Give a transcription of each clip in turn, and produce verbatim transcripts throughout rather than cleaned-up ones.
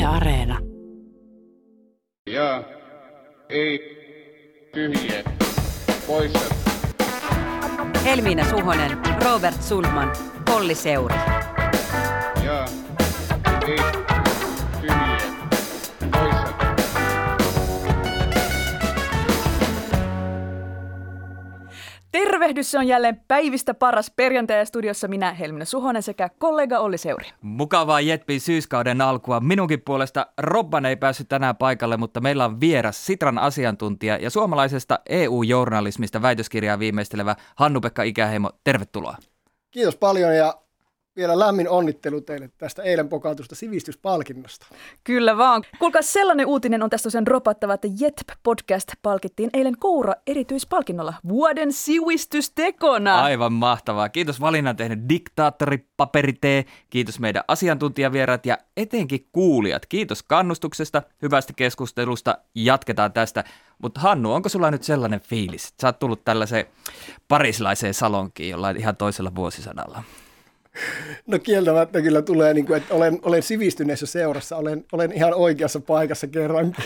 Areena. Ja ei tyhjä poissa. Helmiina Suhonen, Robert Sundman, Olli Seuri. Ja ei tyhjä poissa. Tervehdys, se on jälleen päivistä paras perjantai ja studiossa minä Helmiina Suhonen sekä kollega Olli Seuri. Mukavaa Jetpin syyskauden alkua. Minunkin puolesta Robban ei päässyt tänään paikalle, mutta meillä on vieras Sitran asiantuntija ja suomalaisesta E U-journalismista väitöskirjaa viimeistelevä Hannu-Pekka Ikäheimo. Tervetuloa. Kiitos paljon ja vielä lämmin onnittelu teille tästä eilen pokautusta sivistyspalkinnosta. Kyllä vaan. Kuulkaa, sellainen uutinen on tästä sen dropattava, että Jet-podcast palkittiin eilen Koura erityispalkinnolla vuoden sivistystekona. Aivan mahtavaa. Kiitos valinnan tehnyt diktaattori Paperi T. Kiitos meidän asiantuntijavieraat ja etenkin kuulijat. Kiitos kannustuksesta, hyvästä keskustelusta. Jatketaan tästä. Mutta Hannu, onko sulla nyt sellainen fiilis, että sä oot tullut tällaiseen pariisilaiseen salonkiin jollain ihan toisella vuosisadalla? No kieltämättä kyllä tulee, niin kuin, että olen, olen sivistyneessä seurassa, olen, olen ihan oikeassa paikassa kerrankin.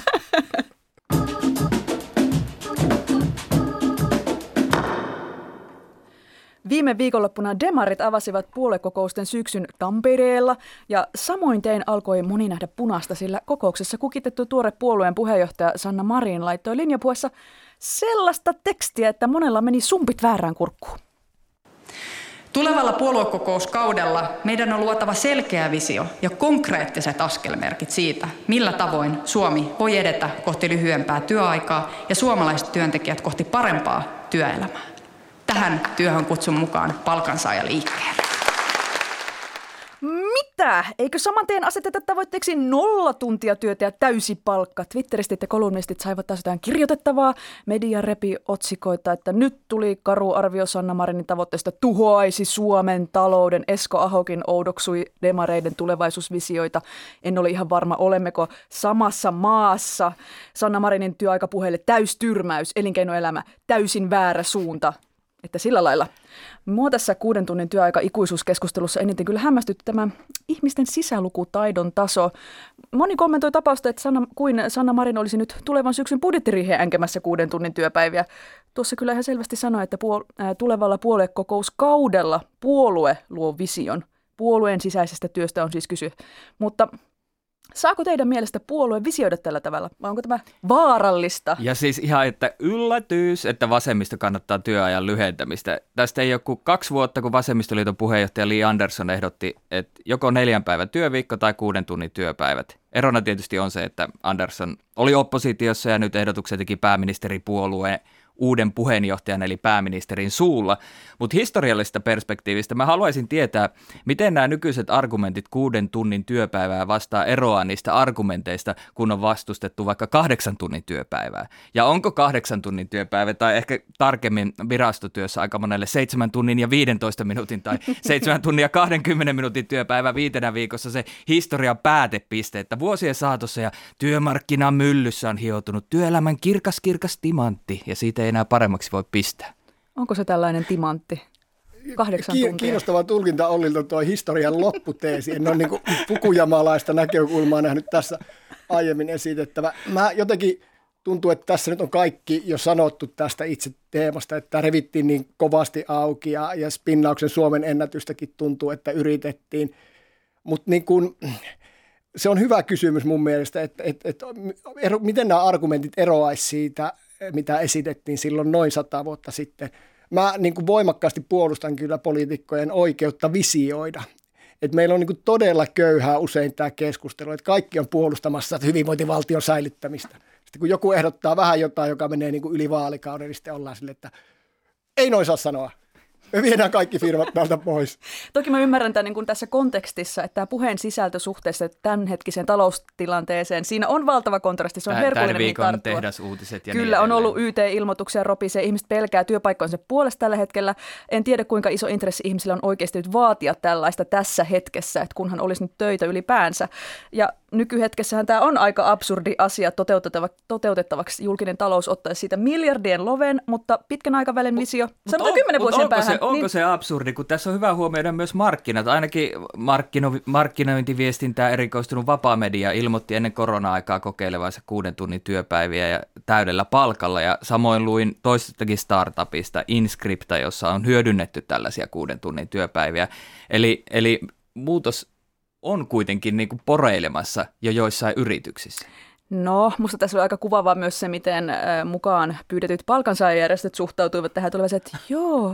Viime viikonloppuna demarit avasivat puoluekokousten syksyn Tampereella ja samoin tein alkoi moni nähdä punaista, sillä kokouksessa kukitettu tuore puolueen puheenjohtaja Sanna Marin laittoi linjapuheessa sellaista tekstiä, että monella meni sumpit väärään kurkkuun. Tulevalla puoluekokouskaudella meidän on luotava selkeä visio ja konkreettiset askelmerkit siitä, millä tavoin Suomi voi edetä kohti lyhyempää työaikaa ja suomalaiset työntekijät kohti parempaa työelämää. Tähän työhön kutsun mukaan palkansaajaliikkeen. Mitä? Eikö saman tien aseteta tavoitteeksi nolla tuntia työtä ja täysi palkka? Twitteristit ja kolumnistit saivat taas jotain kirjoitettavaa. Media repi otsikoita, että nyt tuli karu arvio Sanna Marinin tavoitteesta tuhoaisi Suomen talouden. Esko Ahokin oudoksui demareiden tulevaisuusvisioita. En ole ihan varma, olemmeko samassa maassa. Sanna Marinin työaikapuheelle täystyrmäys, elinkeinoelämä, täysin väärä suunta. Että sillä lailla. Mua tässä kuuden tunnin työaika-ikuisuuskeskustelussa eniten kyllä hämmästytti tämä ihmisten sisälukutaidon taso. Moni kommentoi tapausta, että Sanna, kuin Sanna Marin olisi nyt tulevan syksyn budjettiriiheen änkemässä kuuden tunnin työpäiviä. Tuossa kyllä ihan selvästi sanoi, että puol- äh, tulevalla puoluekokouskaudella puolue luo vision. Puolueen sisäisestä työstä on siis kyse. Mutta saako teidän mielestä puolue visioida tällä tavalla, vai onko tämä vaarallista? Ja siis ihan, että yllätys, että vasemmisto kannattaa työajan lyhentämistä. Tästä ei ole kuin kaksi vuotta, kun vasemmistoliiton puheenjohtaja Li Andersson ehdotti, että joko neljän päivän työviikko tai kuuden tunnin työpäivät. Erona tietysti on se, että Andersson oli oppositiossa ja nyt ehdotuksen teki pääministeripuolueen uuden puheenjohtajan eli pääministerin suulla. Mutta historiallisesta perspektiivistä mä haluaisin tietää, miten nämä nykyiset argumentit kuuden tunnin työpäivää vastaa eroaa niistä argumenteista, kun on vastustettu vaikka kahdeksan tunnin työpäivää. Ja onko kahdeksan tunnin työpäivä tai ehkä tarkemmin virastotyössä aika monelle seitsemän tunnin ja viidentoista minuutin tai seitsemän tunnin ja kahdenkymmenen minuutin työpäivä viitenä viikossa se historian päätepiste, että vuosien saatossa ja työmarkkinamyllyssä on hioutunut työelämän kirkas kirkas timantti ja siitä ei enää paremmaksi voi pistää. Onko se tällainen timantti? Kahdeksan Ki- tuntia. Kiinnostava tulkinta Ollilta tuo historian lopputeesi. En ole niin kuin fukuyamalaista näkökulmaa nähnyt tässä aiemmin esitettävä. Mä jotenkin tuntuu, että tässä nyt on kaikki jo sanottu tästä itse teemasta, että revittiin niin kovasti auki ja, ja spinnauksen Suomen ennätystäkin tuntuu, että yritettiin. Mutta niin kuin se on hyvä kysymys mun mielestä, että, että, että ero, miten nämä argumentit eroaisi siitä, mitä esitettiin silloin noin sata vuotta sitten. Mä niin kuin voimakkaasti puolustan kyllä poliitikkojen oikeutta visioida. Et meillä on niin kuin todella köyhää usein tämä keskustelu, että kaikki on puolustamassa hyvinvointivaltion säilyttämistä. Sitten kun joku ehdottaa vähän jotain, joka menee niin kuin yli vaalikauden, niin sitten ollaan sille, että ei noin saa sanoa. Me viedään kaikki firmat täältä pois. Toki mä ymmärrän tämän niin kuin tässä kontekstissa, että tämä puheen sisältö suhteessa tämänhetkiseen taloustilanteeseen, siinä on valtava kontrasti, se on herkullinen mihin tarttua. Tehdasuutiset ja Kyllä, niin on ollut Y T-ilmoituksia, ropisee, ihmiset pelkää työpaikkojensa puolesta tällä hetkellä. En tiedä, kuinka iso intressi ihmisillä on oikeasti nyt vaatia tällaista tässä hetkessä, että kunhan olisi nyt töitä ylipäänsä. Ja nykyhetkessähän tämä on aika absurdi asia toteutettavaksi, toteutettavaksi julkinen talous ottaisi siitä miljardien loven, mutta pitkän aikavälin visio, sanotaan kymmenen vuosien onko päähän. Se, onko niin... se absurdi, kun tässä on hyvä huomioida myös markkinat. Ainakin markkino, markkinointiviestintää erikoistunut vapaamedia ilmoitti ennen korona-aikaa kokeilevansa kuuden tunnin työpäiviä ja täydellä palkalla. Ja samoin luin toisestakin startupista Inscripta, jossa on hyödynnetty tällaisia kuuden tunnin työpäiviä. Eli, eli muutos on kuitenkin niin kuin poreilemassa jo joissain yrityksissä. No, musta tässä on aika kuvaavaa myös se, miten äh, mukaan pyydetyt palkansaajajärjestöt suhtautuivat tähän tulevaisen, että joo,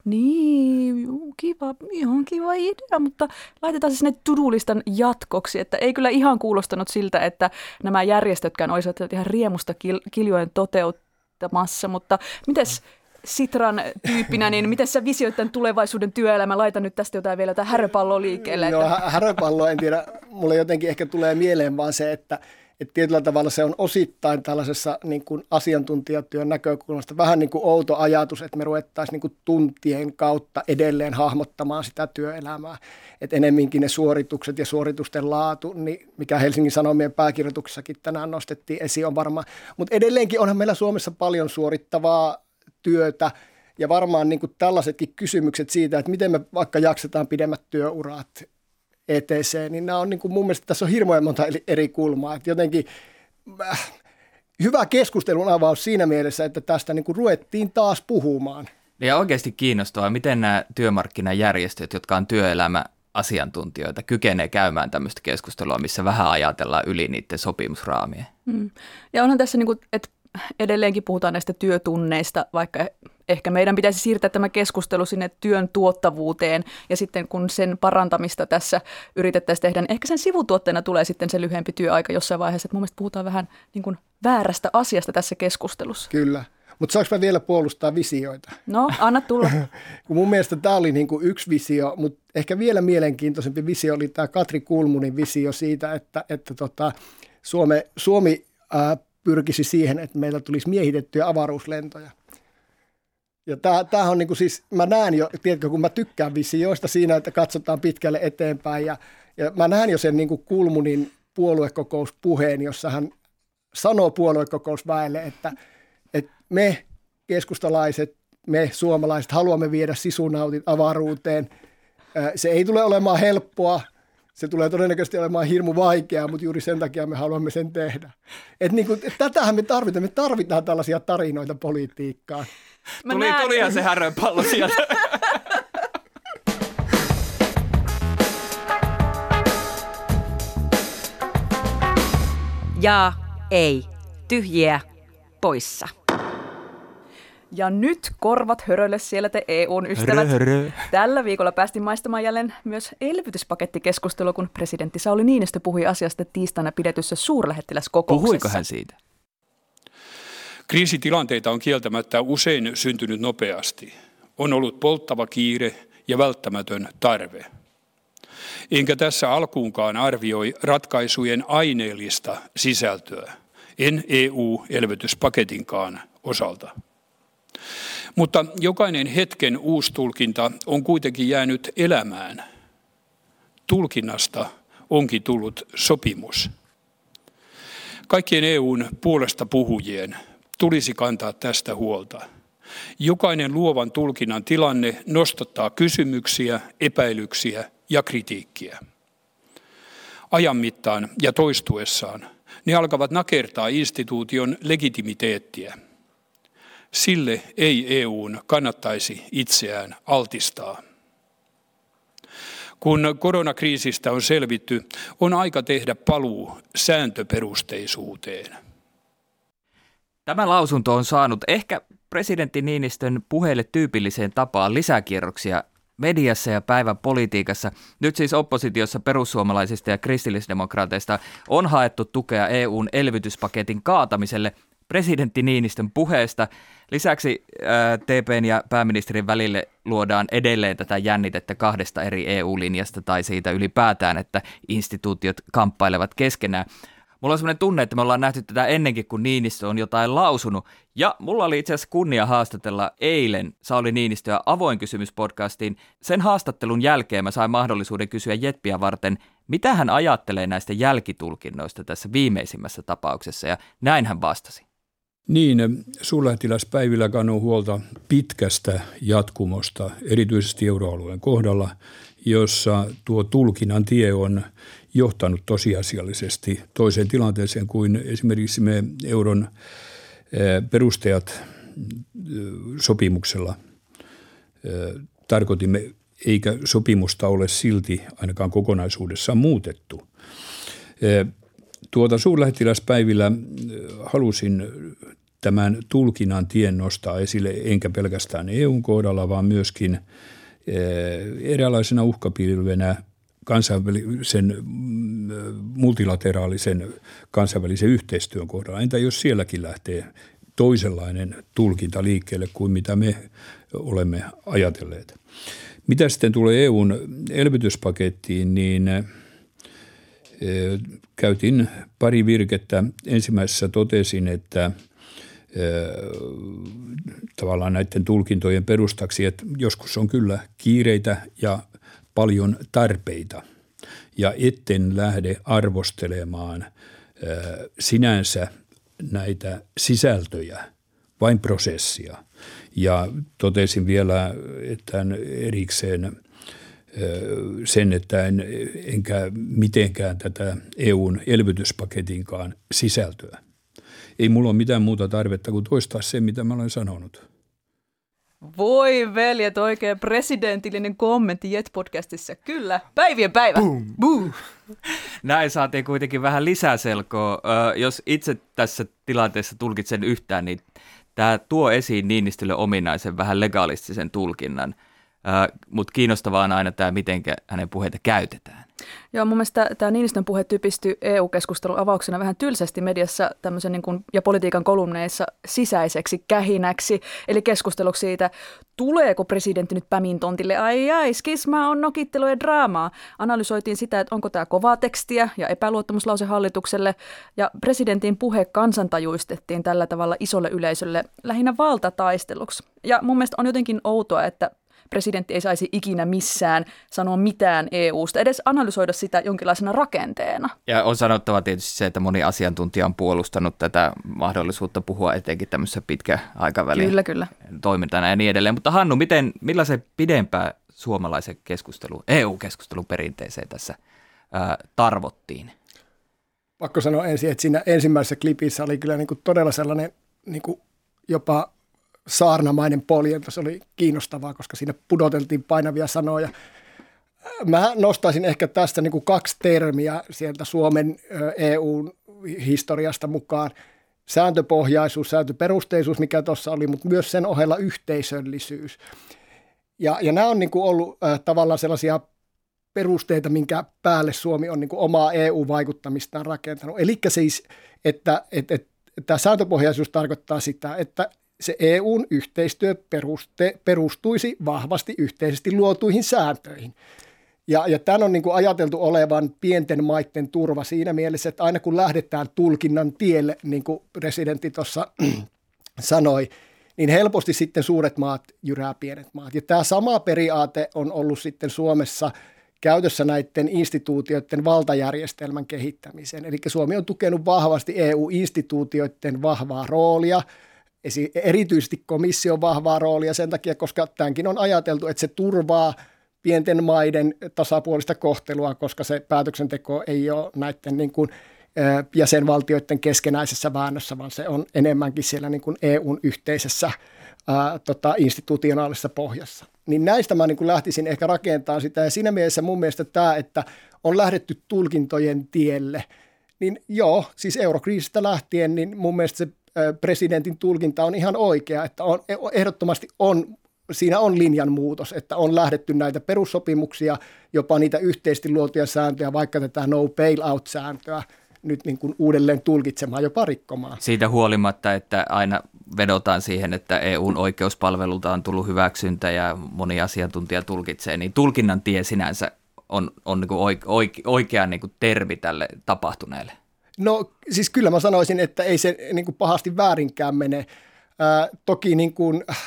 niin, juu, kiva, ihan kiva idea, mutta laitetaan se sinne to-do-listan jatkoksi, että ei kyllä ihan kuulostanut siltä, että nämä järjestötkään olisivat ihan riemusta kil- kiljoen toteuttamassa, mutta mites Sitran tyyppinä, niin miten sä visioit tämän tulevaisuuden työelämän? Laita nyt tästä jotain vielä, tämä häröpallo liikkeelle. Joo, että... häröpallo, en tiedä. Mulle jotenkin ehkä tulee mieleen vaan se, että, että tietyllä tavalla se on osittain tällaisessa niin kuin asiantuntijatyön näkökulmasta vähän niin kuin outo ajatus, että me ruvettaisiin niin kuin tuntien kautta edelleen hahmottamaan sitä työelämää. Että enemminkin ne suoritukset ja suoritusten laatu, niin mikä Helsingin Sanomien pääkirjoituksessakin tänään nostettiin esiin, on varmaan. Mutta edelleenkin onhan meillä Suomessa paljon suorittavaa työtä ja varmaan niin kuin tällaisetkin kysymykset siitä, että miten me vaikka jaksetaan pidemmät työurat et cetera, niin nämä on niin kuin mun mielestä tässä on hirveän monta eri kulmaa. Että jotenkin äh, hyvä keskustelun avaus siinä mielessä, että tästä niin kuin ruvettiin taas puhumaan. Ja oikeasti kiinnostavaa, miten nämä työmarkkinajärjestöt, jotka on työelämäasiantuntijoita, kykenee käymään tämmöistä keskustelua, missä vähän ajatellaan yli niiden sopimusraamien. Mm. Ja onhan tässä niin kuin, että edelleenkin puhutaan näistä työtunneista, vaikka ehkä meidän pitäisi siirtää tämä keskustelu sinne työn tuottavuuteen ja sitten kun sen parantamista tässä yritettäisiin tehdä, niin ehkä sen sivutuotteena tulee sitten se lyhyempi työaika jossain vaiheessa, että mun mielestä puhutaan vähän niin kuin väärästä asiasta tässä keskustelussa. Kyllä, mutta saanko mä vielä puolustaa visioita? No, anna tulla. Kun mun mielestä tämä oli niin kuin yksi visio, mutta ehkä vielä mielenkiintoisempi visio oli tämä Katri Kulmunin visio siitä, että, että tota, Suome, Suomi ää, pyrkisi siihen, että meillä tulisi miehitettyjä avaruuslentoja. Ja tämähän on niin kuin siis, mä näen jo, tiedätkö, kun mä tykkään visioista siinä, että katsotaan pitkälle eteenpäin ja, ja mä näen jo sen niin kuin Kulmunin puoluekokouspuheen, jossa hän sanoo puoluekokousväelle, että, että me keskustalaiset, me suomalaiset haluamme viedä sisunautit avaruuteen. Se ei tule olemaan helppoa. Se tulee todennäköisesti olemaan hirmu vaikeaa, mutta juuri sen takia me haluamme sen tehdä. Et niin kuin, tätähän me tarvitaan. Me tarvitaan tällaisia tarinoita politiikkaan. Tuli, tulihan se härönpallo sieltä. Ja ei. Tyhjiä poissa. Ja nyt korvat hörölle siellä te E U:n ystävät. Hörö, hörö. Tällä viikolla päästiin maistamaan jälleen myös elvytyspakettikeskustelua, kun presidentti Sauli Niinistö puhui asiasta tiistaina pidetyssä suurlähettiläskokouksessa. Puhuiko hän siitä? Kriisitilanteita on kieltämättä usein syntynyt nopeasti. On ollut polttava kiire ja välttämätön tarve. Enkä tässä alkuunkaan arvioi ratkaisujen aineellista sisältöä, en E U-elvytyspaketinkaan osalta. Mutta jokainen hetken uustulkinta on kuitenkin jäänyt elämään. Tulkinnasta onkin tullut sopimus. Kaikkien E U:n puolesta puhujien tulisi kantaa tästä huolta. Jokainen luovan tulkinnan tilanne nostattaa kysymyksiä, epäilyksiä ja kritiikkiä. Ajan mittaan ja toistuessaan ne alkavat nakertaa instituution legitimiteettiä. Sille ei E U:n kannattaisi itseään altistaa. Kun koronakriisistä on selvitty, on aika tehdä paluu sääntöperusteisuuteen. Tämä lausunto on saanut ehkä presidentti Niinistön puheille tyypilliseen tapaan lisäkierroksia mediassa ja päivän politiikassa. Nyt siis oppositiossa perussuomalaisista ja kristillisdemokraateista on haettu tukea E U:n elvytyspaketin kaatamiselle presidentti Niinistön puheesta. Lisäksi ää, T P:n ja pääministerin välille luodaan edelleen tätä jännitettä kahdesta eri E U-linjasta tai siitä ylipäätään, että instituutiot kamppailevat keskenään. Mulla on sellainen tunne, että me ollaan nähty tätä ennenkin, kun Niinistö on jotain lausunut. Ja mulla oli itse asiassa kunnia haastatella eilen Sauli Niinistöä Avoin kysymys -podcastiin. Sen haastattelun jälkeen mä sain mahdollisuuden kysyä Jetpiä varten, Mitä hän ajattelee näistä jälkitulkinnoista tässä viimeisimmässä tapauksessa, ja näin hän vastasi. Niin, suurlähettiläs Päivilä kannoi huolta pitkästä jatkumosta, erityisesti euroalueen kohdalla, jossa tuo tulkinnan tie on johtanut tosiasiallisesti toiseen tilanteeseen kuin esimerkiksi me euron perustajat sopimuksella tarkoitimme, eikä sopimusta ole silti ainakaan kokonaisuudessaan muutettu. Tuota suurlähettiläs Päivilä halusin tämän tulkinnan tien nostaa esille, enkä pelkästään E U:n kohdalla, vaan myöskin eräänlaisena uhkapilvenä kansainvälisen multilateraalisen kansainvälisen yhteistyön kohdalla. Entä jos sielläkin lähtee toisenlainen tulkinta liikkeelle kuin mitä me olemme ajatelleet? Mitä sitten tulee E U:n elvytyspakettiin, niin käytin pari virkettä. Ensimmäisessä totesin, että tavallaan näiden tulkintojen perustaksi, että joskus on kyllä kiireitä ja paljon tarpeita ja etten lähde arvostelemaan sinänsä näitä sisältöjä, vain prosessia. Ja totesin vielä, että erikseen sen, että en, enkä mitenkään tätä E U:n elvytyspaketinkaan sisältöä. Ei mulla ole mitään muuta tarvetta kuin toistaa sen, mitä mä olen sanonut. Voi veljet, oikein presidentillinen kommentti Jet-podcastissa. Kyllä, päivien päivä. Boom. Boom. Näin saatiin kuitenkin vähän lisää selkoa. Jos itse tässä tilanteessa tulkitsen yhtään, niin tämä tuo esiin Niinistölle ominaisen vähän legalistisen tulkinnan. Mutta kiinnostavaa on aina tämä, miten hänen puheita käytetään. Joo, mun mielestä tämä Niinistön puhe typistyi E U-keskustelun avauksena vähän tylsästi mediassa tämmöisen niin kuin, ja politiikan kolumneissa sisäiseksi kähinäksi. Eli keskusteluksi siitä, tuleeko presidentti nyt Pämin tontille? Ai ai, skismaa on nokittelua ja draamaa. Analysoitiin sitä, että onko tämä kovaa tekstiä ja epäluottamuslause hallitukselle. Ja presidentin puhe kansantajuistettiin tällä tavalla isolle yleisölle lähinnä valtataisteluksi. Ja mun mielestä on jotenkin outoa, että presidentti ei saisi ikinä missään sanoa mitään E U:sta, edes analysoida sitä jonkinlaisena rakenteena. Ja on sanottava tietysti se, että moni asiantuntija on puolustanut tätä mahdollisuutta puhua etenkin tämmöisessä pitkä aikavälin kyllä, kyllä. toimintana ja niin edelleen. Mutta Hannu, miten, millaisen pidempään suomalaisen keskustelun, E U-keskustelun perinteeseen tässä ää, tarvottiin? Pakko sanoa ensin, että siinä ensimmäisessä klipissä oli kyllä niin kuin todella sellainen niin kuin jopa saarnamainen poljento. Se oli kiinnostavaa, koska siinä pudoteltiin painavia sanoja. Mä nostaisin ehkä tästä niin kuin kaksi termiä sieltä Suomen E U-historiasta mukaan. Sääntöpohjaisuus, sääntöperusteisuus, mikä tuossa oli, mutta myös sen ohella yhteisöllisyys. Ja, ja nämä on niin kuin ollut äh, tavallaan sellaisia perusteita, minkä päälle Suomi on niin kuin omaa E U-vaikuttamistaan rakentanut. Eli siis, että, että, että tämä sääntöpohjaisuus tarkoittaa sitä, että se E U:n yhteistyö peruste, perustuisi vahvasti yhteisesti luotuihin sääntöihin. Ja, ja tämän on niin kuin ajateltu olevan pienten maiden turva siinä mielessä, että aina kun lähdetään tulkinnan tielle, niin kuin presidentti tuossa sanoi, niin helposti sitten suuret maat jyrää pienet maat. Ja tämä sama periaate on ollut sitten Suomessa käytössä näiden instituutioiden valtajärjestelmän kehittämiseen. Eli Suomi on tukenut vahvasti E U-instituutioiden vahvaa roolia, erityisesti komission vahvaa roolia sen takia, koska tämänkin on ajateltu, että se turvaa pienten maiden tasapuolista kohtelua, koska se päätöksenteko ei ole näiden niin kuin jäsenvaltioiden keskenäisessä väännössä, vaan se on enemmänkin siellä niin kuin E U:n yhteisessä ää, tota, institutionaalisessa pohjassa. Niin näistä mä niin kuin lähtisin ehkä rakentamaan sitä, ja siinä mielessä mun mielestä tämä, että on lähdetty tulkintojen tielle, niin joo, siis eurokriisistä lähtien, niin mun mielestä se presidentin tulkinta on ihan oikea, että on, ehdottomasti on, siinä on linjanmuutos, että on lähdetty näitä perussopimuksia, jopa niitä yhteisesti luotuja sääntöjä, vaikka tätä no bailout-sääntöä nyt niin kuin uudelleen tulkitsemaan, jopa rikkomaan. Siitä huolimatta, että aina vedotaan siihen, että E U:n oikeuspalvelulta on tullut hyväksyntä ja moni asiantuntija tulkitsee, niin tulkinnan tie sinänsä on, on niin kuin oike, oikea niin kuin termi tälle tapahtuneelle. No siis kyllä mä sanoisin, että ei se niin kuin pahasti väärinkään mene. Ää, toki niin kuin,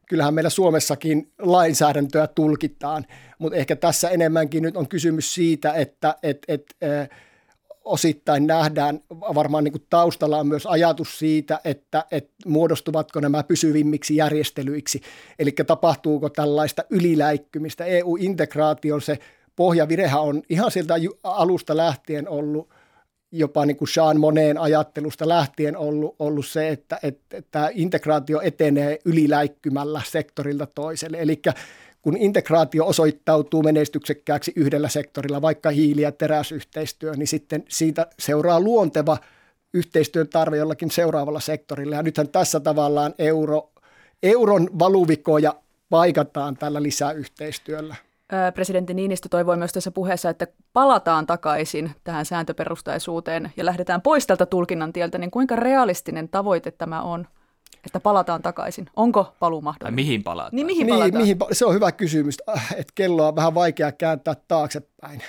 kyllähän meillä Suomessakin lainsäädäntöä tulkitaan, mutta ehkä tässä enemmänkin nyt on kysymys siitä, että et, et, äh, osittain nähdään, varmaan niin kuin taustalla on myös ajatus siitä, että, että muodostuvatko nämä pysyvimmiksi järjestelyiksi, eli tapahtuuko tällaista yliläikkymistä. E U-integraation se pohjavirehän on ihan sieltä alusta lähtien ollut, jopa niin kuin Jean Monnetin ajattelusta lähtien ollut, ollut se, että, että, että tämä integraatio etenee yliläikkymällä sektorilta toiselle, eli kun integraatio osoittautuu menestyksekkääksi yhdellä sektorilla, vaikka hiili- ja teräsyhteistyö, niin sitten siitä seuraa luonteva yhteistyön tarve jollakin seuraavalla sektorilla. Ja nythän tässä tavallaan euro, euron valuvikoja paikataan tällä lisäyhteistyöllä. Presidentti Niinistö toivoi myös tässä puheessa, että palataan takaisin tähän sääntöperustaisuuteen ja lähdetään pois tältä tulkinnan tieltä. Niin kuinka realistinen tavoite tämä on? Että palataan takaisin. Onko paluu mahdollinen? Tai mihin palataan? Niin, mihin palataan? Niin, mihin, se on hyvä kysymys, että kelloa on vähän vaikea kääntää taaksepäin.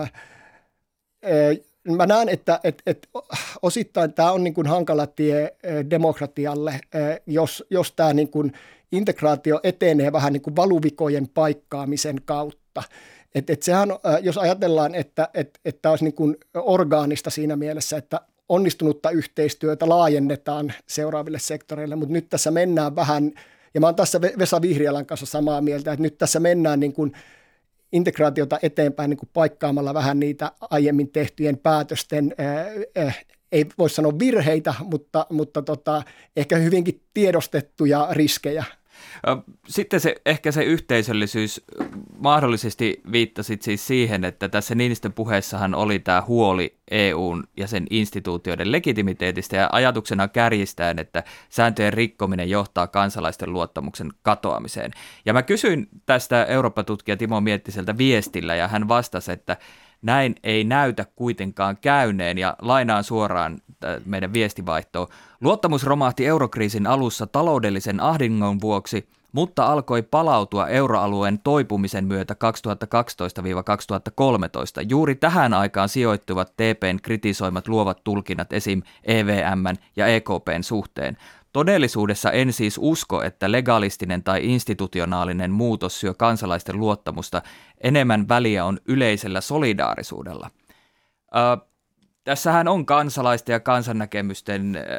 Mä näen, että, että, että osittain tämä on niin kuin hankala tie demokratialle, jos, jos tämä niin kuin integraatio etenee vähän niin kuin valuvikojen paikkaamisen kautta. Et, et sehän, jos ajatellaan, että et, et tämä olisi niin kuin orgaanista siinä mielessä, että onnistunutta yhteistyötä laajennetaan seuraaville sektoreille, mutta nyt tässä mennään vähän, ja mä oon tässä Vesa Vihriälän kanssa samaa mieltä, että nyt tässä mennään niin kuin integraatiota eteenpäin niin kuin paikkaamalla vähän niitä aiemmin tehtyjen päätösten, äh, äh, ei voi sanoa virheitä, mutta, mutta tota, ehkä hyvinkin tiedostettuja riskejä. Sitten se, ehkä se yhteisöllisyys, mahdollisesti viittasit siis siihen, että tässä Niinistön puheessahan oli tämä huoli E U:n ja sen instituutioiden legitimiteetistä ja ajatuksena kärjistäen, että sääntöjen rikkominen johtaa kansalaisten luottamuksen katoamiseen. Ja mä kysyin tästä Eurooppa-tutkija Timo Miettiseltä viestillä ja hän vastasi, että näin ei näytä kuitenkaan käyneen ja lainaan suoraan meidän viestivaihtoon. Luottamus romahti eurokriisin alussa taloudellisen ahdingon vuoksi, mutta alkoi palautua euroalueen toipumisen myötä kaksituhattakaksitoista kaksituhattakolmetoista. Juuri tähän aikaan sijoittuvat T P:n kritisoimat luovat tulkinnat esim. E V M:n ja E K P:n suhteen. Todellisuudessa en siis usko, että legalistinen tai institutionaalinen muutos syö kansalaisten luottamusta. Enemmän väliä on yleisellä solidaarisuudella. Äh, tässähän on kansalaisten ja kansannäkemysten äh,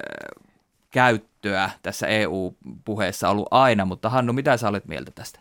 käyttöä tässä E U-puheessa ollut aina, mutta Hannu, mitä sä olet mieltä tästä?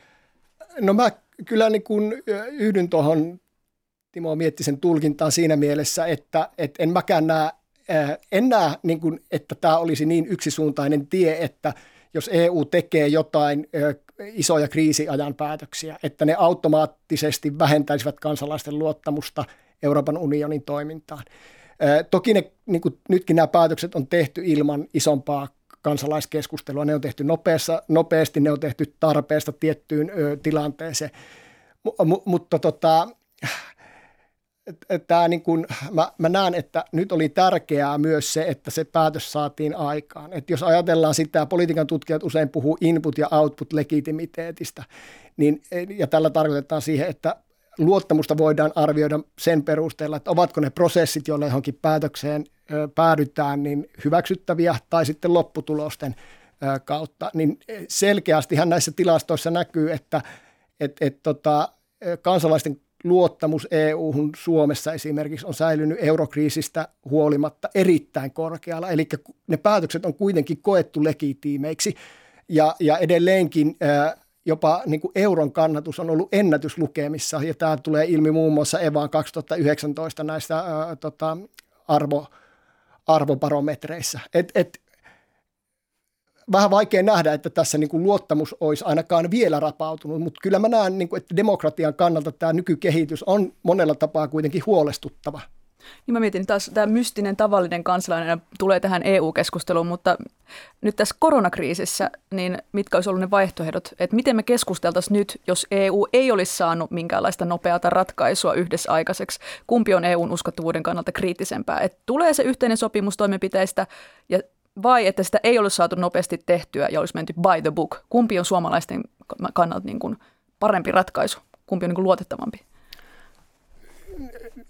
No mä kyllä niin kuin yhdyn tuohon Timo Miettisen tulkintaan siinä mielessä, että, että en mäkään näe, en näe niin kuin, että tämä olisi niin yksisuuntainen tie, että jos E U tekee jotain isoja kriisiajan päätöksiä, että ne automaattisesti vähentäisivät kansalaisten luottamusta Euroopan unionin toimintaan. Toki ne, niin kuin nytkin nämä päätökset on tehty ilman isompaa kansalaiskeskustelua. Ne on tehty nopeassa, nopeasti, ne on tehty tarpeesta tiettyyn ö, tilanteeseen. M- m- mutta tota, tää niin kuin, mä, mä näen, että nyt oli tärkeää myös se, että se päätös saatiin aikaan. Et jos ajatellaan sitä, politiikan tutkijat usein puhuu input- ja output-legitimiteetistä, niin, ja tällä tarkoitetaan siihen, että luottamusta voidaan arvioida sen perusteella, että ovatko ne prosessit, joilla johonkin päätökseen ö, päädytään, niin hyväksyttäviä tai sitten lopputulosten ö, kautta. Niin selkeästihan näissä tilastoissa näkyy, että et, et, tota, kansalaisten luottamus E U:hun Suomessa esimerkiksi on säilynyt eurokriisistä huolimatta erittäin korkealla. Eli ne päätökset on kuitenkin koettu legitiimeiksi ja, ja edelleenkin ö, jopa niin kuin euron kannatus on ollut ennätyslukemissa, ja tämä tulee ilmi muun muassa Evan kaksituhattayhdeksäntoista näistä ää, tota, arvo, arvobarometreissä. Et, et, vähän vaikea nähdä, että tässä niin kuin luottamus olisi ainakaan vielä rapautunut, mutta kyllä mä näen, niin kuin, että demokratian kannalta tämä nykykehitys on monella tapaa kuitenkin huolestuttava. Niin mä mietin, taas tämä mystinen tavallinen kansalainen tulee tähän E U-keskusteluun, mutta nyt tässä koronakriisissä, niin mitkä olisi ollut ne vaihtoehdot, että miten me keskusteltaisiin nyt, jos E U ei olisi saanut minkäänlaista nopeata ratkaisua yhdessä aikaiseksi, kumpi on E U:n uskottavuuden kannalta kriittisempää, että tulee se yhteinen sopimus toimenpiteistä ja vai että sitä ei olisi saatu nopeasti tehtyä ja olisi menty by the book, kumpi on suomalaisten kannalta niin kuin parempi ratkaisu, kumpi on niin kuin luotettavampi?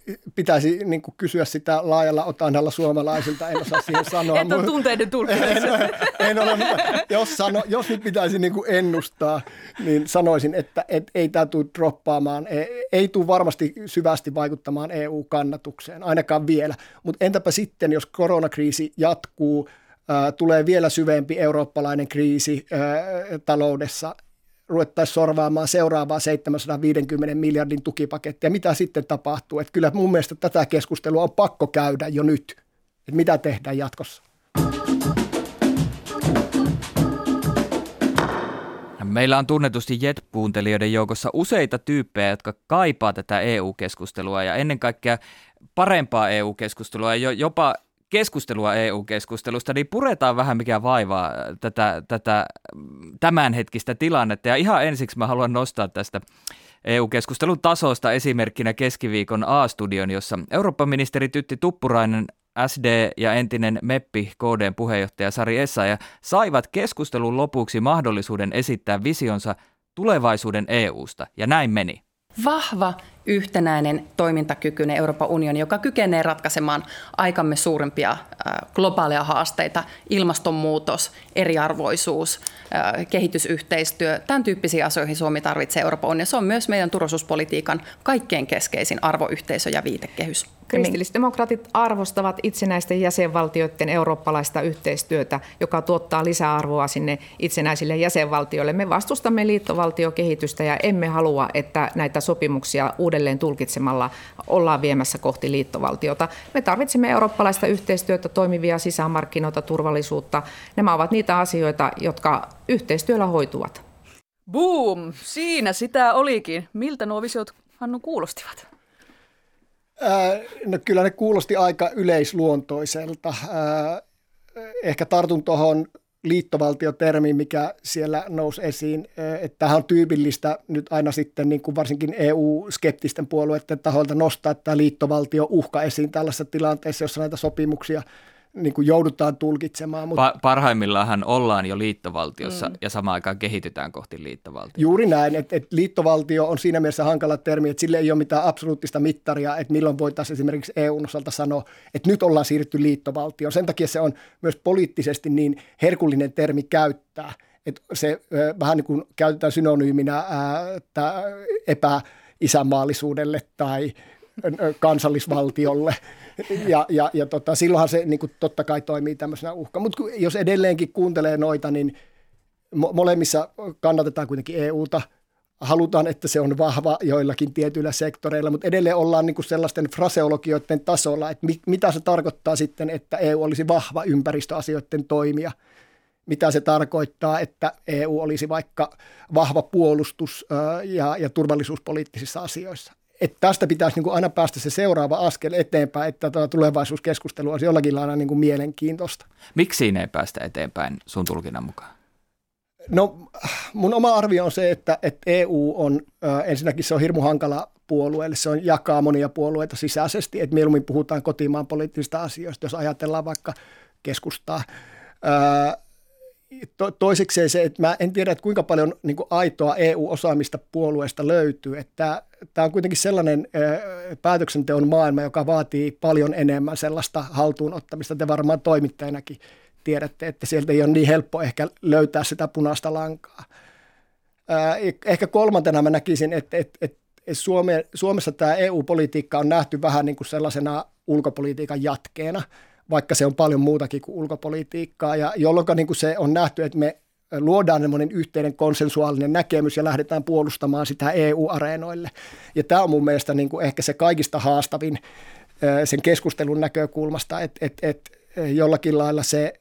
pitäisi niin kuin kysyä sitä laajalla otannalla suomalaisilta, en osaa siihen sanoa. Et ole tunteiden tulkinnassa. En, en ole, jos, sano, jos nyt pitäisi niin kuin ennustaa, niin sanoisin, että et, ei tämä tule droppaamaan, ei, ei tule varmasti syvästi vaikuttamaan E U-kannatukseen, ainakaan vielä. Mutta entäpä sitten, jos koronakriisi jatkuu, ää, tulee vielä syvempi eurooppalainen kriisi ää, taloudessa, ruvettaisiin sorvaamaan seuraavaa seitsemänsataaviisikymmentä miljardin tukipakettia. Mitä sitten tapahtuu? Että kyllä mun mielestä tätä keskustelua on pakko käydä jo nyt. Että mitä tehdään jatkossa? Meillä on tunnetusti Jet-kuuntelijoiden joukossa useita tyyppejä, jotka kaipaa tätä E U-keskustelua ja ennen kaikkea parempaa E U-keskustelua ja jopa keskustelua E U-keskustelusta, niin puretaan vähän mikä vaivaa tätä, tätä tämänhetkistä tilannetta. Ja ihan ensiksi mä haluan nostaa tästä E U-keskustelun tasosta esimerkkinä keskiviikon A-studion, jossa Eurooppa-ministeri Tytti Tuppurainen, S D ja entinen MEPPI K D:n puheenjohtaja Sari Essayah saivat keskustelun lopuksi mahdollisuuden esittää visionsa tulevaisuuden E U:sta, ja näin meni. Vahva, yhtenäinen, toimintakykyinen Euroopan unioni, joka kykenee ratkaisemaan aikamme suurimpia globaaleja haasteita, ilmastonmuutos, eriarvoisuus, kehitysyhteistyö, tämän tyyppisiin asioihin Suomi tarvitsee Euroopan unionia. Se on myös meidän turvallisuuspolitiikan kaikkein keskeisin arvoyhteisö ja viitekehys. Kristillisdemokraatit arvostavat itsenäisten jäsenvaltioiden eurooppalaista yhteistyötä, joka tuottaa lisäarvoa sinne itsenäisille jäsenvaltioille. Me vastustamme liittovaltiokehitystä ja emme halua, että näitä sopimuksia uudelleen tulkitsemalla ollaan viemässä kohti liittovaltiota. Me tarvitsemme eurooppalaista yhteistyötä, toimivia sisämarkkinoita, turvallisuutta. Nämä ovat niitä asioita, jotka yhteistyöllä hoituvat. Boom! Siinä sitä olikin. Miltä nuo visiot, Hannu, kuulostivat? No kyllä ne kuulosti aika yleisluontoiselta. Ehkä tartun tuohon liittovaltiotermiin, mikä siellä nousi esiin, että tämähän on tyypillistä nyt aina sitten niin kuin varsinkin E U-skeptisten puolueiden taholta nostaa tämä liittovaltio-uhka esiin tällaisessa tilanteessa, jossa näitä sopimuksia niin kuin joudutaan tulkitsemaan. Mutta... Pa- parhaimmillaanhan ollaan jo liittovaltiossa mm. ja samaan aikaan kehitytään kohti liittovaltiota. Juuri näin, että, että liittovaltio on siinä mielessä hankala termi, että sille ei ole mitään absoluuttista mittaria, että milloin voitaisiin esimerkiksi E U:n osalta sanoa, että nyt ollaan siirrytty liittovaltioon. Sen takia se on myös poliittisesti niin herkullinen termi käyttää, että se äh, vähän niin kuin käytetään synonyyminä äh, epäisänmaallisuudelle tai kansallisvaltiolle, ja, ja, ja tota, silloinhan se niin kuin, totta kai toimii tämmöisenä uhka. Mutta jos edelleenkin kuuntelee noita, niin mo- molemmissa kannatetaan kuitenkin E U:ta. Halutaan, että se on vahva joillakin tietyillä sektoreilla, mutta edelleen ollaan niin kuin sellaisten fraseologioiden tasolla, että mi- mitä se tarkoittaa sitten, että E U olisi vahva ympäristöasioiden toimija. Mitä se tarkoittaa, että E U olisi vaikka vahva puolustus- ja, ja turvallisuuspoliittisissa asioissa. Että tästä pitäisi niin kuin aina päästä se seuraava askel eteenpäin, että tämä tulevaisuuskeskustelu olisi jollakin lailla niin kuin mielenkiintoista. Miksi siinä ei päästä eteenpäin sun tulkinnan mukaan? No mun oma arvio on se, että, että E U on, äh, ensinnäkin se on hirmu hankala puolueelle, se on jakaa monia puolueita sisäisesti, että mieluummin puhutaan kotimaan poliittisista asioista, jos ajatellaan vaikka keskustaa. Äh, To, toisekseen se, että mä en tiedä, että kuinka paljon niin kuin aitoa E U-osaamista puolueesta löytyy. Että tämä on kuitenkin sellainen ää, päätöksenteon maailma, joka vaatii paljon enemmän sellaista haltuunottamista. Te varmaan toimittajanakin tiedätte, että sieltä ei ole niin helppo ehkä löytää sitä punaista lankaa. Ää, ehkä kolmantena mä näkisin, että, että, että Suome, Suomessa tämä E U-politiikka on nähty vähän niin kuin sellaisena ulkopolitiikan jatkeena, vaikka se on paljon muutakin kuin ulkopolitiikkaa, ja jolloin niin kuin se on nähty, että me luodaan semmoinen yhteinen konsensuaalinen näkemys ja lähdetään puolustamaan sitä E U-areenoille. Ja tämä on mun mielestä niin kuin ehkä se kaikista haastavin sen keskustelun näkökulmasta, että, että, että jollakin lailla se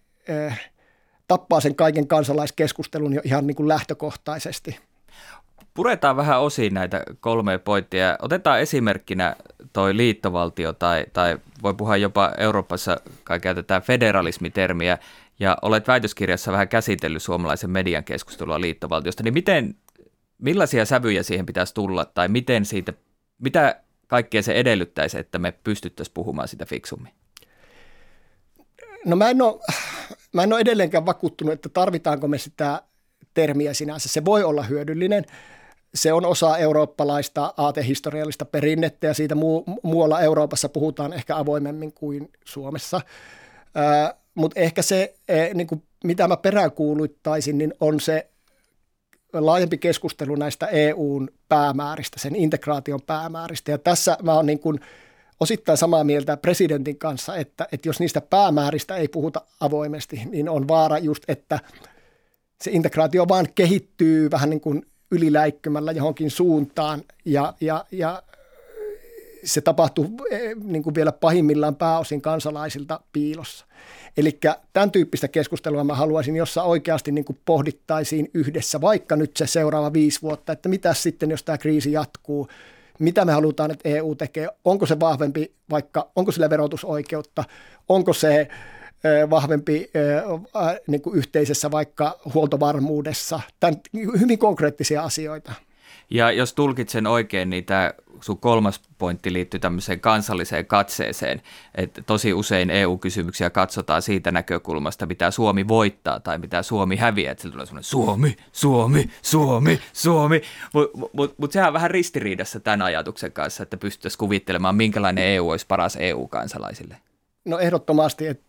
tappaa sen kaiken kansalaiskeskustelun jo ihan niin kuin lähtökohtaisesti. Puretaan vähän osiin näitä kolmea pointtia. Otetaan esimerkkinä toi liittovaltio tai, tai voi puhua jopa Euroopassa, kai käytetään federalismitermiä, ja olet väitöskirjassa vähän käsitellyt suomalaisen median keskustelua liittovaltiosta, niin miten, millaisia sävyjä siihen pitäisi tulla, tai miten siitä, mitä kaikkea se edellyttäisi, että me pystyttäisiin puhumaan sitä fiksummin? No mä en ole, mä en ole edelleenkään vakuuttunut, että tarvitaanko me sitä termiä sinänsä. Se voi olla hyödyllinen. se on osa eurooppalaista aatehistoriallista perinnettä ja siitä muu, muualla Euroopassa puhutaan ehkä avoimemmin kuin Suomessa. Ää, mutta ehkä se, niin kuin, mitä mä peräänkuuluttaisin, niin on se laajempi keskustelu näistä E U:n päämääristä, sen integraation päämääristä. Ja tässä mä oon niin kuin osittain samaa mieltä presidentin kanssa, että, että jos niistä päämääristä ei puhuta avoimesti, niin on vaara just, että se integraatio vaan kehittyy vähän niin kuin yliläikkymällä johonkin suuntaan ja, ja, ja se tapahtuu niin kuin vielä pahimmillaan pääosin kansalaisilta piilossa. Eli tämän tyyppistä keskustelua mä haluaisin, jossa oikeasti niin kuin pohdittaisiin yhdessä, vaikka nyt se seuraava viisi vuotta, että mitä sitten, jos tämä kriisi jatkuu, mitä me halutaan, että E U tekee, onko se vahvempi, vaikka onko sillä verotusoikeutta, onko se vahvempi niin kuin yhteisessä vaikka huoltovarmuudessa, tämän, hyvin konkreettisia asioita. Ja jos tulkitsen oikein, niin tämä sun kolmas pointti liittyy tämmöiseen kansalliseen katseeseen, että tosi usein E U-kysymyksiä katsotaan siitä näkökulmasta, mitä Suomi voittaa tai mitä Suomi häviää, että se tulee semmoinen Suomi, Suomi, Suomi, Suomi, mutta mut, mut sehän on vähän ristiriidassa tämän ajatuksen kanssa, että pystyttäisiin kuvittelemaan, minkälainen E U olisi paras E U-kansalaisille. No ehdottomasti, että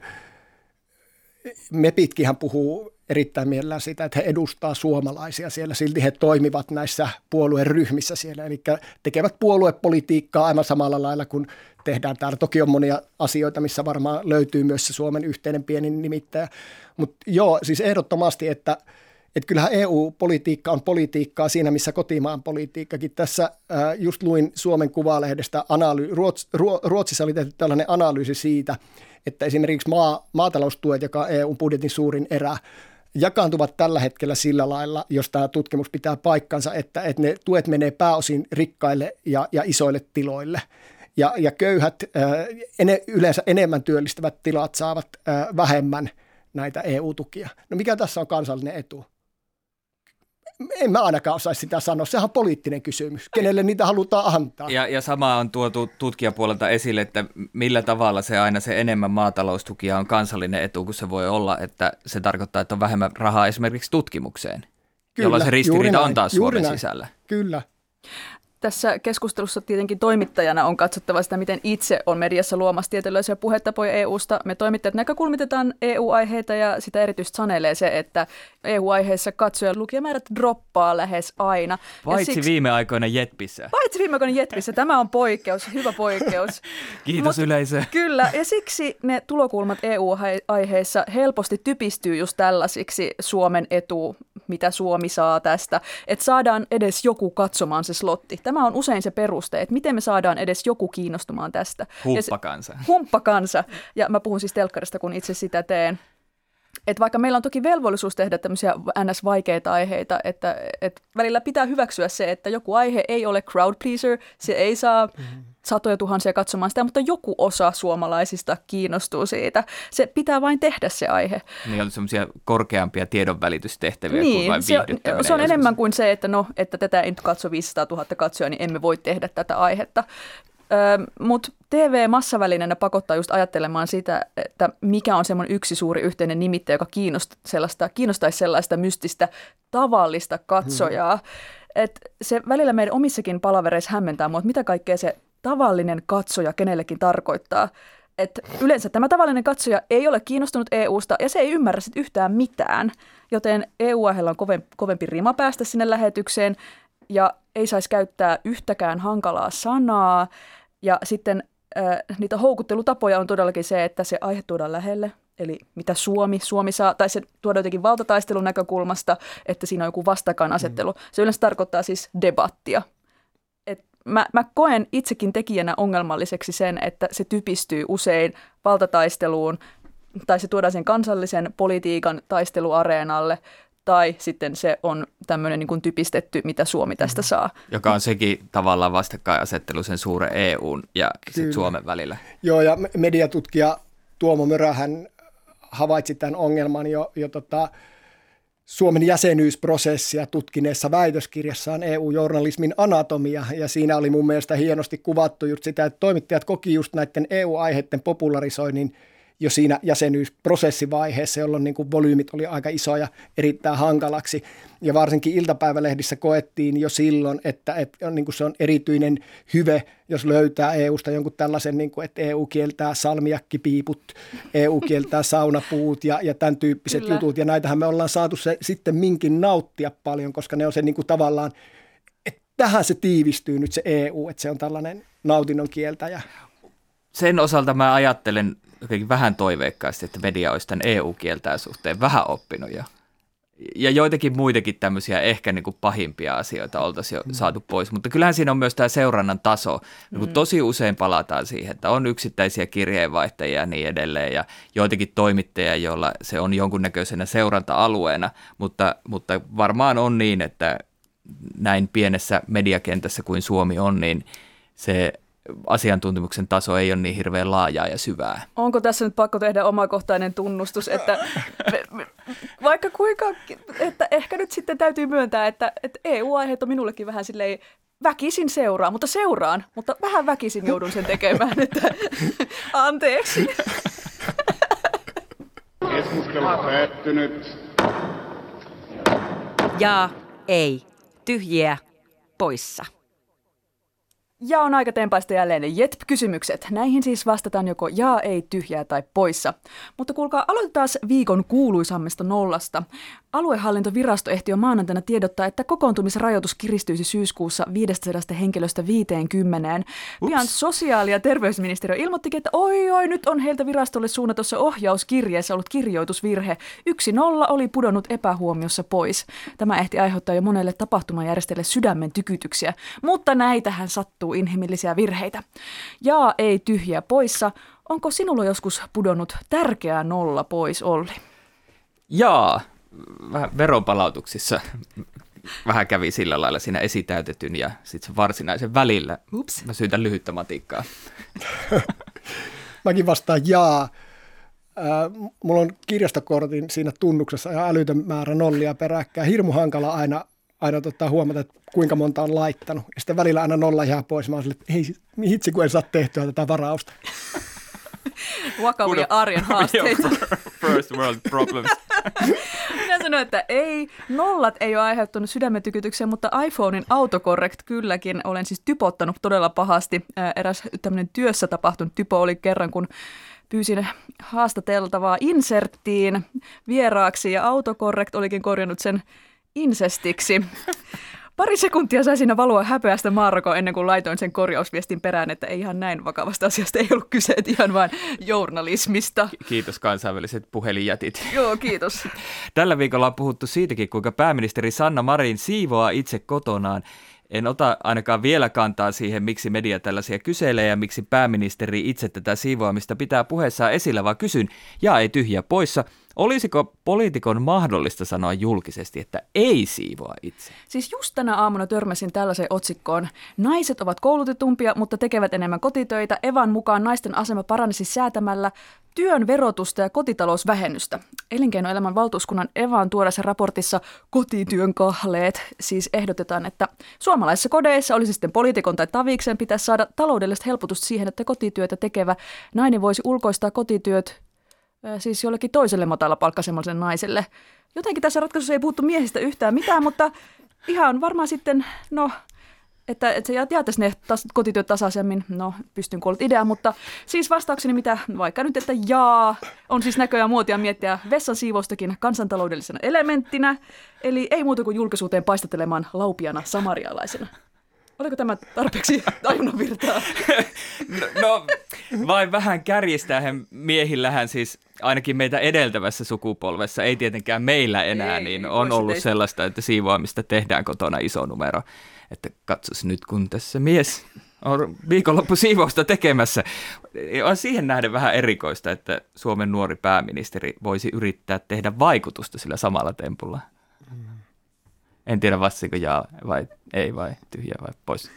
mepitkinhän puhuu erittäin mielellään sitä, että he edustaa suomalaisia siellä, silti he toimivat näissä puolueryhmissä siellä, eli tekevät puoluepolitiikkaa aivan samalla lailla kuin tehdään täällä. Toki on monia asioita, missä varmaan löytyy myös se Suomen yhteinen pieni nimittäjä, mutta joo, siis ehdottomasti, että, että kyllähän E U-politiikka on politiikkaa siinä, missä kotimaan politiikkakin. Tässä ää, just luin Suomen Kuvalehdestä, analy- Ruots, Ruotsissa oli tehty tällainen analyysi siitä, että esimerkiksi maa, maataloustuet, joka on E U-budjetin suurin erä, jakaantuvat tällä hetkellä sillä lailla, jos tämä tutkimus pitää paikkansa, että, että ne tuet menee pääosin rikkaille ja, ja isoille tiloille. Ja, ja köyhät, ää, ene, yleensä enemmän työllistävät tilat saavat ää, vähemmän näitä E U-tukia. No mikä tässä on kansallinen etu? En mä ainakaan osaisi sitä sanoa. Sehän on poliittinen kysymys. Kenelle niitä halutaan antaa? Ja, ja sama on tuotu tutkijapuolelta esille, että millä tavalla se aina se enemmän maataloustukia on kansallinen etu, kun se voi olla, että se tarkoittaa, että on vähemmän rahaa esimerkiksi tutkimukseen, Kyllä, jolloin se ristiriita on taas Suomen näin. sisällä. Kyllä. Tässä keskustelussa tietenkin toimittajana on katsottava sitä, miten itse on mediassa luomassa tietynlaisia puhetapoja E U:sta. Me toimittajat näkökulmitetaan E U-aiheita ja sitä erityisesti sanelee se, että E U-aiheissa katsojan lukijamäärät droppaa lähes aina. Paitsi siksi, viime aikoina Jetpissä. Paitsi viime aikoina Jetpissä. Tämä on poikkeus, hyvä poikkeus. Kiitos Mut, yleisö. Kyllä, ja siksi ne tulokulmat E U-aiheissa helposti typistyy just tällaisiksi Suomen etu, mitä Suomi saa tästä, että saadaan edes joku katsomaan se slotti. Tämä on usein se peruste, että miten me saadaan edes joku kiinnostumaan tästä. Humppakansa. Se, humppakansa. Ja mä puhun siis telkkarista, kun itse sitä teen. Että vaikka meillä on toki velvollisuus tehdä tämmöisiä ns-vaikeita aiheita, että, että välillä pitää hyväksyä se, että joku aihe ei ole crowd pleaser, se ei saa mm-hmm. satoja tuhansia katsomaan sitä, mutta joku osa suomalaisista kiinnostuu siitä. Se pitää vain tehdä se aihe. Niin on semmoisia korkeampia tiedonvälitystehtäviä niin, kuin vain se on, se on enemmän kuin se, että, no, että tätä ei nyt katso viisisataatuhatta katsojaa, niin emme voi tehdä tätä aihetta. Öö, Mutta T V-massavälineenä pakottaa just ajattelemaan sitä, että mikä on semmoinen yksi suuri yhteinen nimittäjä, joka kiinnost- sellaista, kiinnostaisi sellaista mystistä tavallista katsojaa. Hmm. Et se välillä meidän omissakin palavereissa hämmentää mua, että mitä kaikkea se tavallinen katsoja kenellekin tarkoittaa. Et yleensä tämä tavallinen katsoja ei ole kiinnostunut E U:sta ja se ei ymmärrä sit yhtään mitään, joten E U-aiheella on kovempi, kovempi rima päästä sinne lähetykseen ja ei saisi käyttää yhtäkään hankalaa sanaa. Ja sitten äh, niitä houkuttelutapoja on todellakin se, että se aihe tuodaan lähelle, eli mitä Suomi, Suomi saa, tai se tuodaan jotenkin valtataistelun näkökulmasta, että siinä on joku vastakkainasettelu. Mm. Se yleensä tarkoittaa siis debattia. Et mä, mä koen itsekin tekijänä ongelmalliseksi sen, että se typistyy usein valtataisteluun, tai se tuodaan sen kansallisen politiikan taisteluareenalle, tai sitten se on tämmöinen niin kuin typistetty, mitä Suomi tästä saa. Joka on sekin tavallaan vastakkainasettelu sen suuren E U:n ja sit Suomen välillä. Joo, ja mediatutkija Tuomo Mörähän havaitsi tämän ongelman jo, jo tota, Suomen jäsenyysprosessia tutkineessa väitöskirjassaan E U-journalismin anatomia, ja siinä oli mun mielestä hienosti kuvattu just sitä, että toimittajat koki just näiden E U-aiheiden popularisoinnin jo siinä jäsenyysprosessivaiheessa, jolloin niin kuin volyymit oli aika isoja, erittäin hankalaksi. Ja varsinkin iltapäivälehdissä koettiin jo silloin, että, että niin kuin se on erityinen hyve, jos löytää E U:sta jonkun tällaisen, niin kuin, että E U kieltää salmiakkipiiput, E U kieltää saunapuut ja, ja tämän tyyppiset Kyllä. jutut. Ja näitähän me ollaan saatu se sitten minkin nauttia paljon, koska ne on se niin kuin tavallaan, että tähän se tiivistyy nyt se E U, että se on tällainen nautinnon kieltäjä. Sen osalta mä ajattelen vähän toiveikkaasti, että media olisi tämän E U-kieltää suhteen vähän oppinut ja, ja joitakin muitakin tämmöisiä ehkä niin kuin pahimpia asioita oltaisiin jo mm. saatu pois. Mutta kyllähän siinä on myös tämä seurannan taso. Niin kuin tosi usein palataan siihen, että on yksittäisiä kirjeenvaihtajia ja niin edelleen ja joitakin toimittajia, joilla se on jonkunnäköisenä seuranta-alueena, mutta, mutta varmaan on niin, että näin pienessä mediakentässä kuin Suomi on, niin se asiantuntemuksen taso ei ole niin hirveän laajaa ja syvää. Onko tässä nyt pakko tehdä omakohtainen tunnustus, että me, me, vaikka kuinka, että ehkä nyt sitten täytyy myöntää, että, että E U-aiheet on minullekin vähän silleen väkisin seuraa, mutta seuraan, mutta vähän väkisin joudun sen tekemään, että anteeksi. Keskustelu päättynyt. Jaa, ei, tyhjiä, poissa. Ja on aika tempaista jälleen J E T P-kysymykset. Näihin siis vastataan joko jaa, ei, tyhjää tai poissa. Mutta kuulkaa, aloitetaan viikon kuuluisammasta nollasta. Aluehallintovirasto ehti jo maanantaina tiedottaa, että kokoontumisrajoitus kiristyisi syyskuussa viisisataa henkilöstä viiteenkymmeneen. Pian sosiaali- ja terveysministeriö ilmoittikin, että oi oi, nyt on heiltä virastolle suunnatussa ohjauskirjeessä ollut kirjoitusvirhe. Yksi nolla oli pudonnut epähuomiossa pois. Tämä ehti aiheuttaa jo monelle tapahtumajärjestäjälle sydämen tykytyksiä, mutta näitähän sattuu inhimillisiä virheitä. Jaa, ei, tyhjää, poissa. Onko sinulla joskus pudonnut tärkeä nolla pois, Olli? Jaa, vähän veronpalautuksissa vähän kävi sillä lailla siinä esitäytetyn ja sitten sen varsinaisen välillä. Ups, mä syytän lyhyttä matikkaa. Mäkin vastaan jaa. Äh, mulla on kirjastokortin siinä tunnuksessa ja älytön määrä nollia peräkkäin. Hirmu hankala aina, aina tota, huomata, että kuinka monta on laittanut. Ja sitten välillä aina nolla jää pois. Mä oon sille, että hei, hitsi kun en saa tehtyä tätä varausta. Vakavia arjen haasteita. First world problems. Minä sanoin, että ei, nollat ei ole aiheuttanut sydämentykytyksiä, mutta iPhonein autocorrect kylläkin. Olen siis typottanut todella pahasti. Eräs tämmöinen työssä tapahtunut typo oli kerran, kun pyysin haastateltavaa inserttiin vieraaksi ja autocorrect olikin korjannut sen insestiksi. Pari sekuntia sai siinä valua häpeästä maarako ennen kuin laitoin sen korjausviestin perään, että ei ihan näin vakavasta asiasta ei ollut kyse, että ihan vain journalismista. Kiitos kansainväliset puhelinjätit. Joo, kiitos. Tällä viikolla on puhuttu siitäkin, kuinka pääministeri Sanna Marin siivoaa itse kotonaan. En ota ainakaan vielä kantaa siihen, miksi media tällaisia kyselee ja miksi pääministeri itse tätä siivoamista pitää puheessaan esillä, vaan kysyn, ja ei tyhjä poissa, olisiko poliitikon mahdollista sanoa julkisesti, että ei siivoa itse? Siis just tänä aamuna törmäsin tällaiseen otsikkoon. Naiset ovat koulutetumpia, mutta tekevät enemmän kotitöitä. Evan mukaan naisten asema paranisi säätämällä työn verotusta ja kotitalousvähennystä. Elinkeinoelämän valtuuskunnan Evan tuoreessa raportissa Kotityön kahleet siis ehdotetaan, että suomalaisissa kodeissa, olisi sitten poliitikon tai taviksen, pitäisi saada taloudellista helpotusta siihen, että kotityötä tekevä nainen voisi ulkoistaa kotityöt siis jollekin toiselle matalapalkkaisemmaiselle naiselle. Jotenkin tässä ratkaisussa ei puhuttu miehistä yhtään mitään, mutta ihan varmaan sitten, no, että, että se jaettaisiin ne tas, kotityöt tasaisemmin. No, pystyn kuullut ideaa, mutta siis vastaukseni mitä, vaikka nyt, että jaa, on siis näköjään muotia miettiä vessan siivoustakin kansantaloudellisena elementtinä, eli ei muuta kuin julkisuuteen paistattelemaan laupiana samarialaisena. Oliko tämä tarpeeksi tajunnan virtaa? No, no vain vähän kärjistäähän miehillähän siis ainakin meitä edeltävässä sukupolvessa, ei tietenkään meillä enää, ei, niin on ollut teistä sellaista, että siivoamista tehdään kotona iso numero. Että katsos nyt, kun tässä mies on viikonloppusiivousta tekemässä. On siihen nähden vähän erikoista, että Suomen nuori pääministeri voisi yrittää tehdä vaikutusta sillä samalla tempulla. En tiedä vastasiko jaa vai ei vai tyhjä vai pois.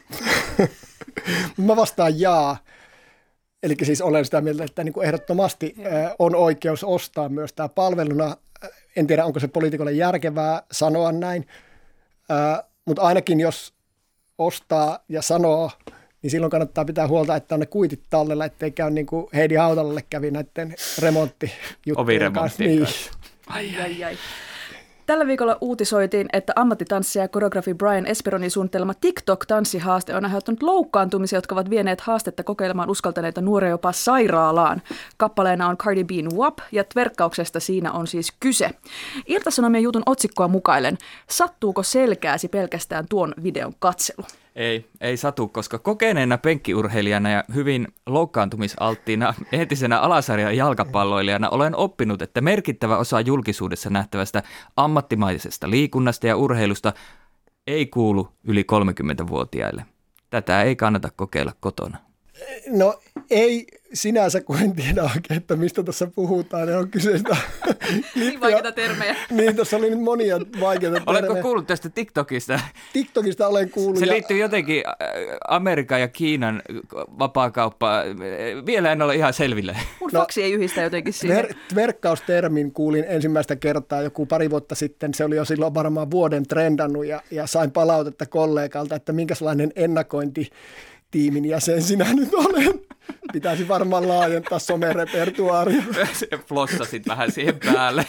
Mä vastaan jaa. Eli siis olen sitä mieltä, että niin kuin ehdottomasti on oikeus ostaa myös tämä palveluna. En tiedä, onko se poliitikolle järkevää sanoa näin, mutta ainakin jos ostaa ja sanoo niin silloin kannattaa pitää huolta, että on ne kuitit tallella, ettei käy niin kuin Heidi Hautalalle kävi näiden remonttijuttujen Oviremonttien kanssa. kanssa. Ai, ai, ai. Tällä viikolla uutisoitiin, että ammattitanssija ja koreografi Brian Esperonin suunnittelema TikTok-tanssihaaste on aiheuttanut loukkaantumisia, jotka ovat vieneet haastetta kokeilemaan uskaltaneita nuoria jopa sairaalaan. Kappaleena on Cardi B:n W A P ja tverkkauksesta siinä on siis kyse. Ilta-Sanomien jutun otsikkoa mukailen. Sattuuko selkääsi pelkästään tuon videon katselu? Ei, ei satu, koska kokeneena penkkiurheilijana ja hyvin loukkaantumisalttiina entisenä alasarjan jalkapalloilijana olen oppinut, että merkittävä osa julkisuudessa nähtävästä ammattimaisesta liikunnasta ja urheilusta ei kuulu yli kolmekymmentävuotiaille. Tätä ei kannata kokeilla kotona. No ei sinänsä, kun en tiedä oikein, että mistä tässä puhutaan. Ne on kyseistä. Niin vaikeita termejä. Niin, tuossa oli nyt monia vaikeita termejä. Oletko kuullut tästä TikTokista? TikTokista olen kuullut. Se ja... liittyy jotenkin Amerikan ja Kiinan vapaakauppaan. Vielä en ole ihan selville. Mun no, faksi ei yhdistä jotenkin siihen. Tver- tverkkaustermin kuulin ensimmäistä kertaa joku pari vuotta sitten. Se oli jo silloin varmaan vuoden trendannut ja, ja sain palautetta kollegalta, että minkälainen ennakointi tiimin jäsen sinä nyt olen. Pitäisi varmaan laajentaa somerepertuaaria. Flossasit vähän siihen päälle.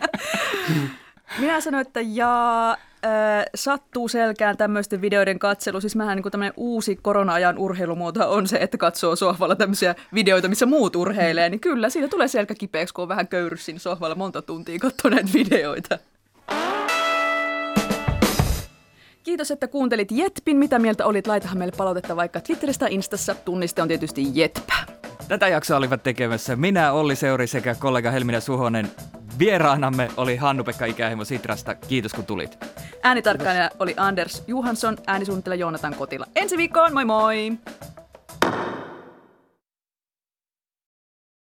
Minä sanoin, että jaa, äh, sattuu selkään tämmöisten videoiden katselu. Siis mähän niin tämmöinen uusi korona-ajan urheilumuoto on se, että katsoo sohvalla tämmöisiä videoita, missä muut urheilee. Niin kyllä, siinä tulee selkä kipeäksi, kun on vähän köyrys siinä sohvalla monta tuntia katsoa näitä videoita. Kiitos, että kuuntelit Jetpin. Mitä mieltä olit? Laitahan meille palautetta vaikka Twitteristä tai Instassa. Tunniste on tietysti Jetpä. Tätä jaksoa olivat tekemässä minä, Olli Seuri sekä kollega Helmina Suhonen. Vieraanamme oli Hannu-Pekka Ikähimo Sitrasta. Kiitos kun tulit. Äänitarkkailija oli Anders Johansson, äänisuunnittelija Joonatan Kotila. Ensi viikkoon, moi moi!